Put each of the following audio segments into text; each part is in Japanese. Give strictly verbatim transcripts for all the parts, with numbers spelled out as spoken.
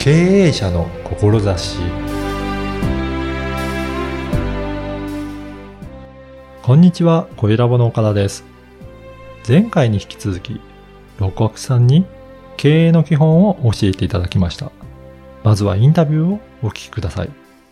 経営者の志。こんにちは、小ラボの岡田です。前回に引き続き、六角さんに経営の基本を教えていただきました。まずはインタビューをお聞きください。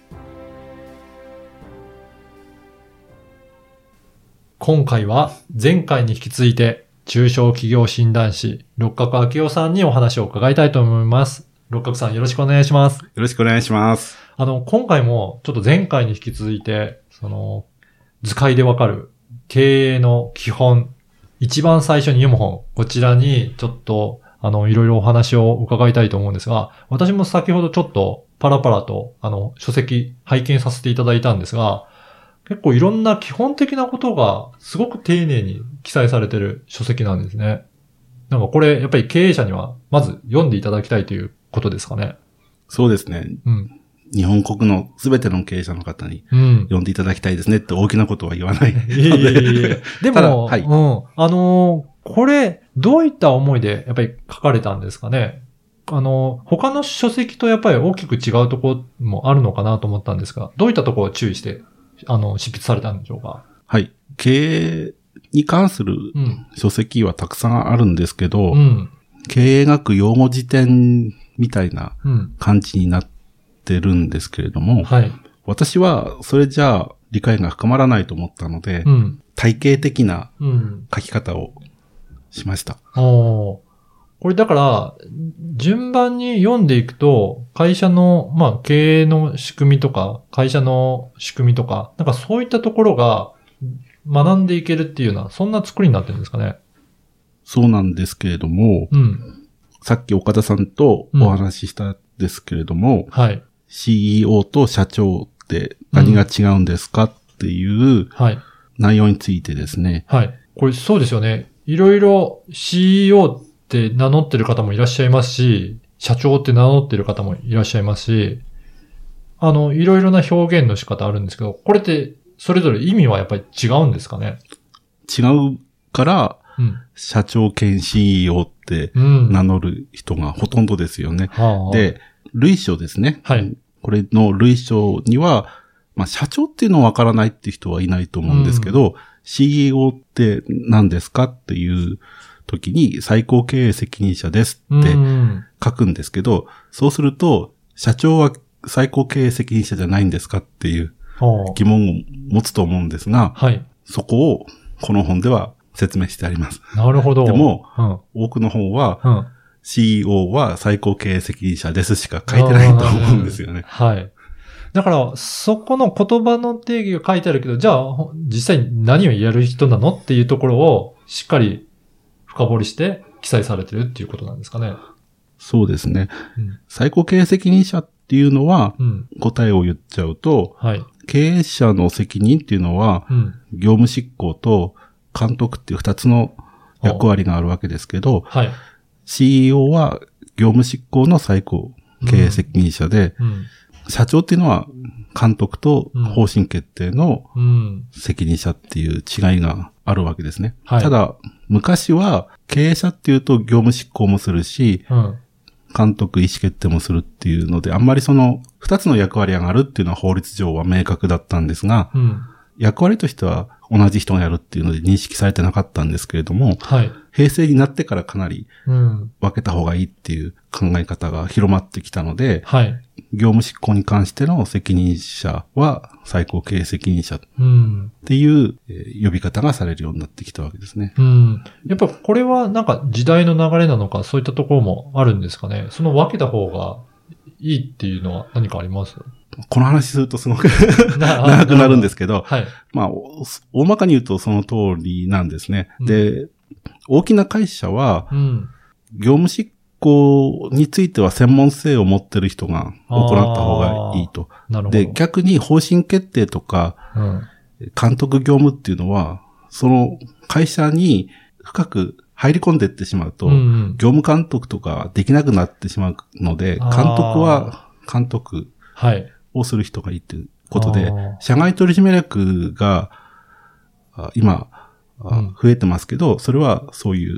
今回は前回に引き続いて、中小企業診断士、六角明夫さんにお話を伺いたいと思います。六角さんよろしくお願いします。 よろしくお願いします。 あの、今回もちょっと前回に引き続いて、その、図解でわかる経営の基本、一番最初に読む本、こちらにちょっと、あの、いろいろお話を伺いたいと思うんですが、私も先ほどちょっとパラパラと、あの、書籍拝見させていただいたんですが、結構いろんな基本的なことがすごく丁寧に記載されている書籍なんですね。なんかこれ、やっぱり経営者にはまず読んでいただきたいということですかね。 そうですね。 うん。 日本国のすべての経営者の方に読んでいただきたいですねって大きなことは言わないので。 いえいえいえ。でも、 はい、 うん。あのー、これ、どういった思いでやっぱり書かれたんですかね。あのー、他の書籍とやっぱり大きく違うところもあるのかなと思ったんですが、どういったところを注意して、あの、執筆されたんでしょうか。 はい。経営に関する書籍はたくさんあるんですけど、うん、経営学用語辞典みたいな感じになってるんですけれども、うんはい、私はそれじゃあ理解が深まらないと思ったので、うん、体系的な書き方をしました。 うん、おこれだから、順番に読んでいくと、会社の、まあ、経営の仕組みとか、会社の仕組みとか、なんかそういったところが学んでいけるっていうような、そんな作りになってるんですかね。 そうなんですけれども、うん、さっき岡田さんとお話ししたんですけれども、うんはい、シーイーオー と社長って何が違うんですかっていう内容についてですね。 はい。はい、これそうですよね。いろいろ シーイーオー って名乗ってる方もいらっしゃいますし、社長って名乗ってる方もいらっしゃいますし、あの、いろいろな表現の仕方あるんですけど、これってそれぞれ意味はやっぱり違うんですかね？ 違うから、うん、社長兼 シーイーオー って名乗る人がほとんどですよね。うん、で、類書ですね。はい。これの類書には、まあ、社長っていうのはわからないって人はいないと思うんですけど、うん、シーイーオー って何ですかっていう時に最高経営責任者ですって書くんですけど、うん、そうすると、社長は最高経営責任者じゃないんですかっていう疑問を持つと思うんですが、はい、そこをこの本では説明してあります。 なるほど。 でも、うん、多くの本は、うん、シーイーオー は最高経営責任者ですしか書いてないと思うんですよね。 はい。だから、そこの言葉の定義が書いてあるけど、じゃあ、実際に何をやる人なのっていうところをしっかり深掘りして記載されてるっていうことなんですかね。 そうですね。うん、最高経営責任者っていうのは、うん、答えを言っちゃうと、はい、経営者の責任っていうのは、うん、業務執行と監督っていう二つの役割があるわけですけど、はい、シーイーオー は業務執行の最高経営責任者で、うんうん、社長っていうのは監督と方針決定の責任者っていう違いがあるわけですね。はい、ただ、昔は経営者っていうと業務執行もするし、うん、監督意思決定もするっていうので、あんまりその二つの役割があるっていうのは法律上は明確だったんですが、うん、役割としては同じ人がやるっていうので認識されてなかったんですけれども、はい、平成になってからかなり分けた方がいいっていう考え方が広まってきたので、はい、業務執行に関しての責任者は最高経営責任者っていう呼び方がされるようになってきたわけですね。 うん、やっぱこれはなんか時代の流れなのかそういったところもあるんですかね。その分けた方がいいっていうのは何かあります？ この話するとすごく長くなるんですけど、はい、まあ、大まかに言うとその通りなんですね。うん、で、大きな会社は、うん、業務執行については専門性を持ってる人が行った方がいいと。で、逆に方針決定とか、うん、監督業務っていうのは、その会社に深く入り込んでいってしまうと、うんうん、業務監督とかできなくなってしまうので、監督は監督をする人がいいということで、社外取締役が今、うん、増えてますけど、それはそういう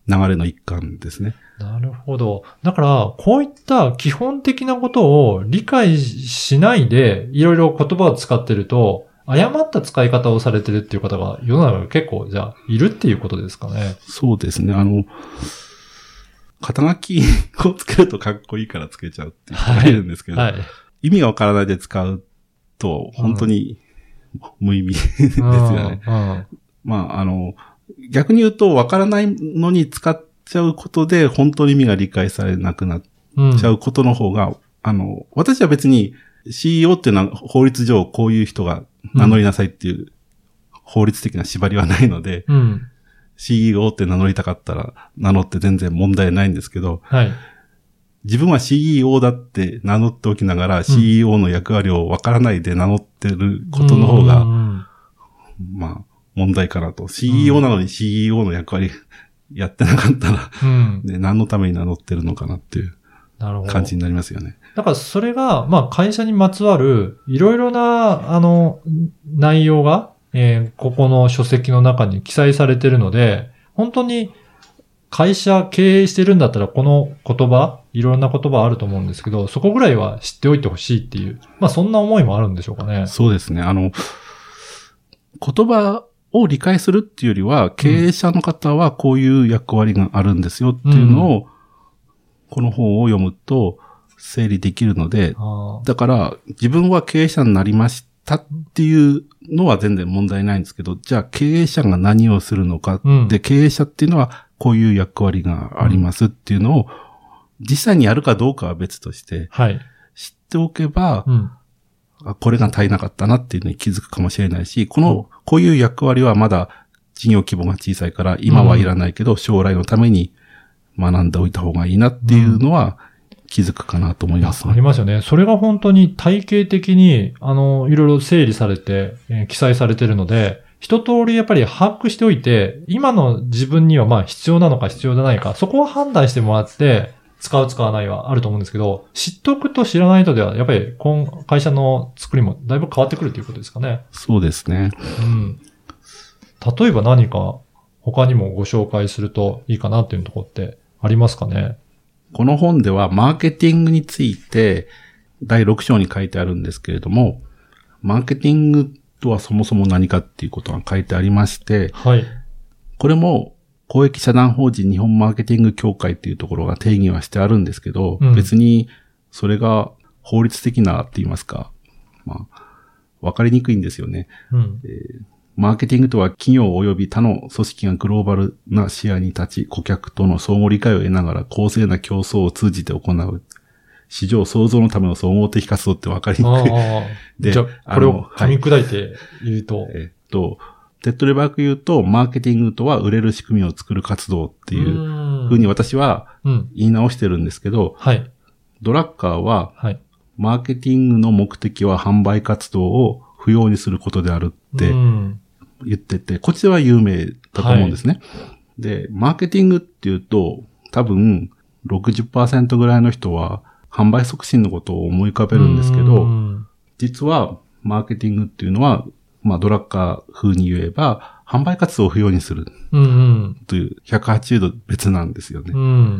流れの一環ですね。 なるほど。だから、こういった基本的なことを理解しないで、いろいろ言葉を使ってると、誤った使い方をされてるっていう方が世の中に結構、じゃあ、いるっていうことですかね。 そうですね。あの、肩書きをつけるとかっこいいからつけちゃうっていう人がいるんですけど、はいはい、意味がわからないで使うと、本当に無意味ですよね。うんうん、まあ、あの、逆に言うと、わからないのに使っちゃうことで、本当に意味が理解されなくなっちゃうことの方が、うん、あの、私は別に シーイーオー っていうのは法律上こういう人が名乗りなさいっていう法律的な縛りはないので、うん、シーイーオー って名乗りたかったら名乗って全然問題ないんですけど、はい、自分は シーイーオー だって名乗っておきながら、うん、シーイーオー の役割をわからないで名乗ってることの方が、うん、まあ、問題かなと。シーイーオー なのに シーイーオー の役割やってなかったら、うん、ね、何のために名乗ってるのかなっていう感じになりますよね。 だからそれが、まあ会社にまつわるいろいろな、あの、内容が、えー、ここの書籍の中に記載されているので、本当に会社経営してるんだったらこの言葉、いろんな言葉あると思うんですけど、そこぐらいは知っておいてほしいっていう、まあそんな思いもあるんでしょうかね。 そうですね。あの、言葉を理解するっていうよりは、経営者の方はこういう役割があるんですよっていうのを、うん、この本を読むと整理できるので、だから自分は経営者になりましたっていうのは全然問題ないんですけど、じゃあ経営者が何をするのか、うん、で、経営者っていうのはこういう役割がありますっていうのを、実際にやるかどうかは別として、はい、知っておけば、うん、これが足りなかったなっていうのに気づくかもしれないし、この、こういう役割はまだ事業規模が小さいから今はいらないけど、将来のために学んでおいた方がいいなっていうのは気づくかなと思います、 ね。ありますよね。それが本当に体系的に、あの、いろいろ整理されて、えー、記載されているので、一通りやっぱり把握しておいて、今の自分にはまあ必要なのか必要じゃないか、そこを判断してもらって、使う使わないはあると思うんですけど、知っとくと知らないとでは、やっぱり今会社の作りもだいぶ変わってくるということですかね。 そうですね。 うん。例えば何か他にもご紹介するといいかなっていうところってありますかね。 この本ではマーケティングについてだいろく章に書いてあるんですけれども、マーケティングとはそもそも何かっていうことが書いてありまして、はい。これも公益社団法人日本マーケティング協会っていうところが定義はしてあるんですけど、うん、別にそれが法律的なって言いますか、まあ、わかりにくいんですよね、うんえー。マーケティングとは企業及び他の組織がグローバルな視野に立ち、顧客との相互理解を得ながら公正な競争を通じて行う。市場創造のための総合的活動ってわかりにくい。 で、じゃあ、これを噛み砕いて言うと。はい、えー、っと、手っ取り早く言うと、マーケティングとは売れる仕組みを作る活動っていうふうに私は言い直してるんですけど、うんはい、ドラッカーは、はい、マーケティングの目的は販売活動を不要にすることであるって言ってて、こちらは有名だと思うんですね。はい、で、マーケティングっていうと、多分 ろくじゅっパーセント ぐらいの人は販売促進のことを思い浮かべるんですけど、実はマーケティングっていうのは、まあドラッカー風に言えば、販売活動を不要にする。というひゃくはちじゅうど別なんですよね。うん、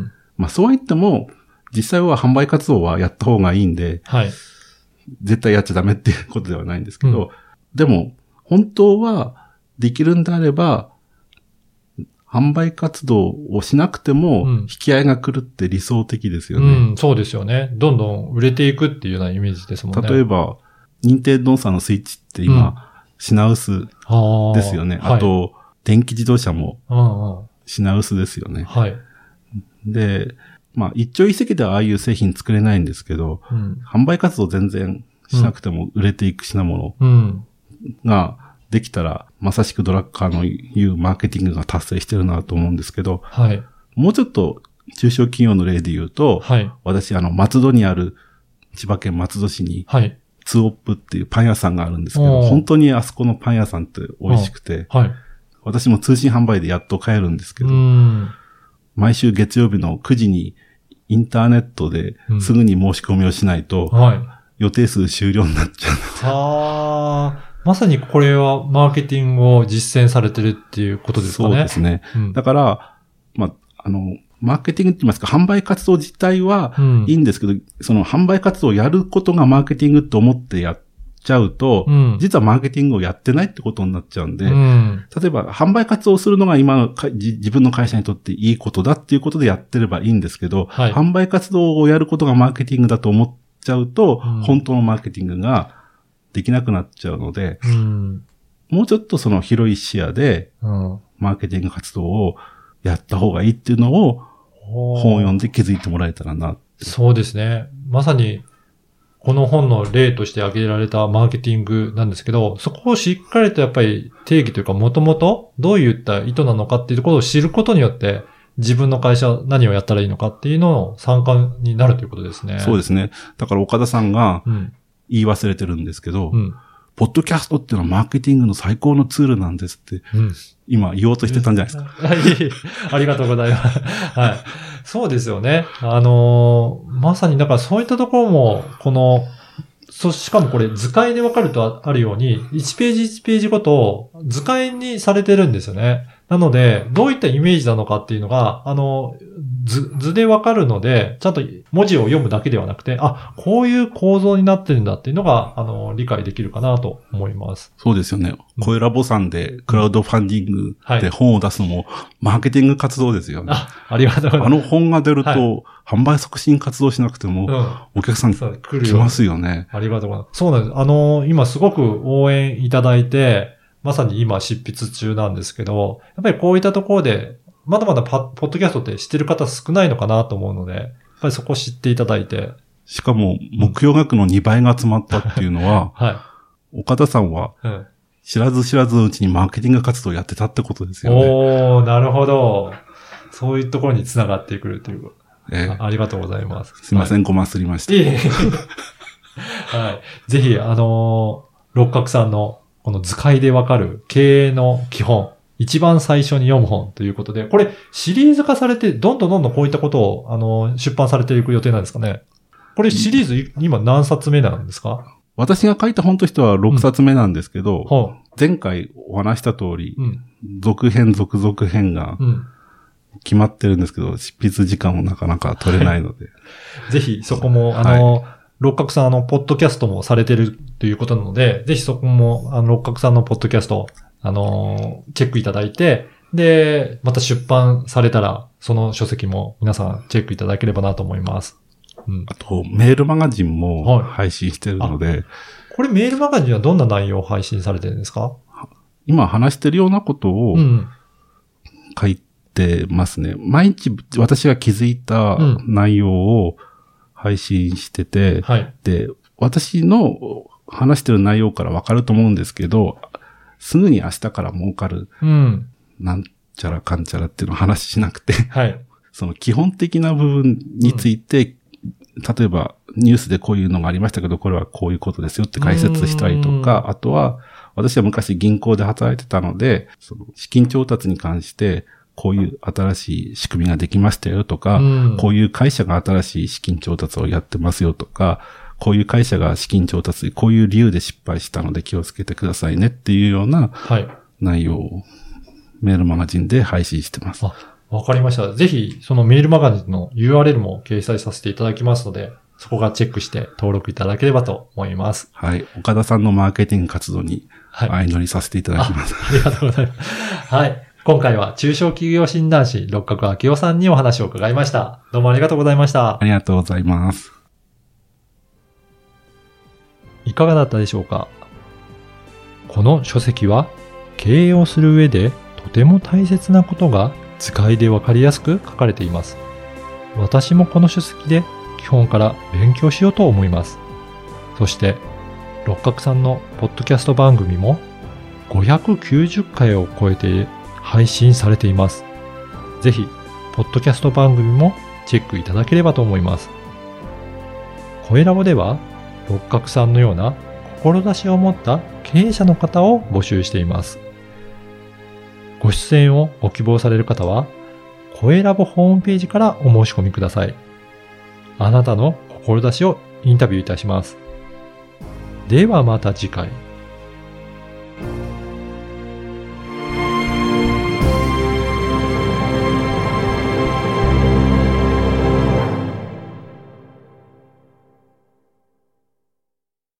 まあそうは言っても、実際は販売活動はやった方がいいんで、はい、絶対やっちゃダメっていうことではないんですけど、うん、でも、本当はできるんであれば、販売活動をしなくても、引き合いが来るって理想的ですよね、 うんうん。そうですよね。どんどん売れていくっていうようなイメージですもんね。 例えば、任天堂さんのスイッチって今、うん品薄ですよね。あ, あと、はい、電気自動車も品薄ですよね。はい。で、まあ、一朝一夕ではああいう製品作れないんですけど、うん、販売活動全然しなくても売れていく品物ができたら、うん、まさしくドラッカーの言うマーケティングが達成してるなと思うんですけど、はい、もうちょっと中小企業の例で言うと、はい、私、あの、松戸にある千葉県松戸市に、はいツオップっていうパン屋さんがあるんですけど、本当にあそこのパン屋さんって美味しくて、はい、私も通信販売でやっと買えるんですけど、毎週月曜日のくじにインターネットですぐに申し込みをしないと、うんはい、予定数終了になっちゃう。 ああ、まさにこれはマーケティングを実践されてるっていうことですかね。 そうですね。うん、だから、まあ、 あの、マーケティングって言いますか、販売活動自体はいいんですけど、うん、その販売活動をやることがマーケティングと思ってやっちゃうと、うん、実はマーケティングをやってないってことになっちゃうんで、うん、例えば販売活動をするのが今の自分の会社にとっていいことだっていうことでやってればいいんですけど、はい、販売活動をやることがマーケティングだと思っちゃうと、うん、本当のマーケティングができなくなっちゃうので、うん、もうちょっとその広い視野で、マーケティング活動をやった方がいいっていうのを本を読んで気づいてもらえたらな。 そうですね。まさにこの本の例として挙げられたマーケティングなんですけど、そこをしっかりとやっぱり定義というかもともとどういった意図なのかっていうところを知ることによって自分の会社何をやったらいいのかっていうのの参考になるということですね。 そうですね。だから岡田さんが言い忘れてるんですけど、うん、ポッドキャストっていうのはマーケティングの最高のツールなんですって、うん、今言おうとしてたんじゃないですか。 はい、ありがとうございます。はい。そうですよね。あのー、まさにだからそういったところも、この、そ、しかもこれ図解でわかるとあるように、いちページいちページごと図解にされてるんですよね。なので、どういったイメージなのかっていうのが、あの、図、図でわかるので、ちゃんと文字を読むだけではなくて、あ、こういう構造になってるんだっていうのが、あの、理解できるかなと思います。 そうですよね。声ラボさんでクラウドファンディングで本を出すのも、はい、マーケティング活動ですよね。 あ、ありがとうございます。 あの本が出ると、はい、販売促進活動しなくても、うん、お客さん来ますよね。 ありがとうございます。そうなんです。あの、今すごく応援いただいて、まさに今執筆中なんですけど、やっぱりこういったところで、まだまだパポッドキャストって知ってる方少ないのかなと思うので、やっぱりそこを知っていただいて。 しかも、目標額のにばいが集まったっていうのは、はい、岡田さんは、知らず知らずのうちにマーケティング活動をやってたってことですよね。 おー、なるほど。そういうところに繋がってくるという。えー、あ, ありがとうございます。 すいません、はい、ごますりました。 いえいえはい。ぜひ、あのー、六角さんのこの図解でわかる経営の基本、一番最初に読む本ということで、これシリーズ化されて、どんどんどんどんこういったことを、あの、出版されていく予定なんですかね。これシリーズ今何冊目なんですか？ 私が書いた本としてはろくさつめなんですけど、うん、前回お話した通り、うん、続編、続々編が決まってるんですけど、執筆時間もなかなか取れないので。 はい、ぜひそこも、あの、はい、六角さん、あの、ポッドキャストもされてるということなので、ぜひそこも、あの、六角さんのポッドキャスト、あの、チェックいただいて、で、また出版されたら、その書籍も皆さんチェックいただければなと思います。 うん、あと、メールマガジンも配信してるので、はい、 これメールマガジンはどんな内容を配信されてるんですか？ 今話してるようなことを書いてますね。うん、毎日私が気づいた内容を配信してて、うんはい、で、私の話してる内容からわかると思うんですけど、すぐに明日から儲かる、うん、なんちゃらかんちゃらっていうのを話しなくて、はい、その基本的な部分について、うん例えばニュースでこういうのがありましたけど、これはこういうことですよって解説したりとか、あとは私は昔銀行で働いてたので、その資金調達に関してこういう新しい仕組みができましたよとか、こういう会社が新しい資金調達をやってますよとか、こういう会社が資金調達、こういう理由で失敗したので気をつけてくださいねっていうような内容をメールマガジンで配信してます。 わかりました。ぜひ、そのメールマガジンの ユーアールエル も掲載させていただきますので、そこがチェックして登録いただければと思います。 はい。岡田さんのマーケティング活動に相乗りさせていただきます。 はい、あ, ありがとうございます。はい。今回は中小企業診断士六角明夫さんにお話を伺いました。どうもありがとうございました。 ありがとうございます。 いかがだったでしょうか？この書籍は経営をする上でとても大切なことが図解でわかりやすく書かれています。私もこの書籍で基本から勉強しようと思います。そして、六角さんのポッドキャスト番組もごひゃくきゅうじゅっかいを超えて配信されています。ぜひ、ポッドキャスト番組もチェックいただければと思います。声ラボでは、六角さんのような志を持った経営者の方を募集しています。ご出演をご希望される方は、声ラボホームページからお申し込みください。あなたの志をインタビューいたします。ではまた次回。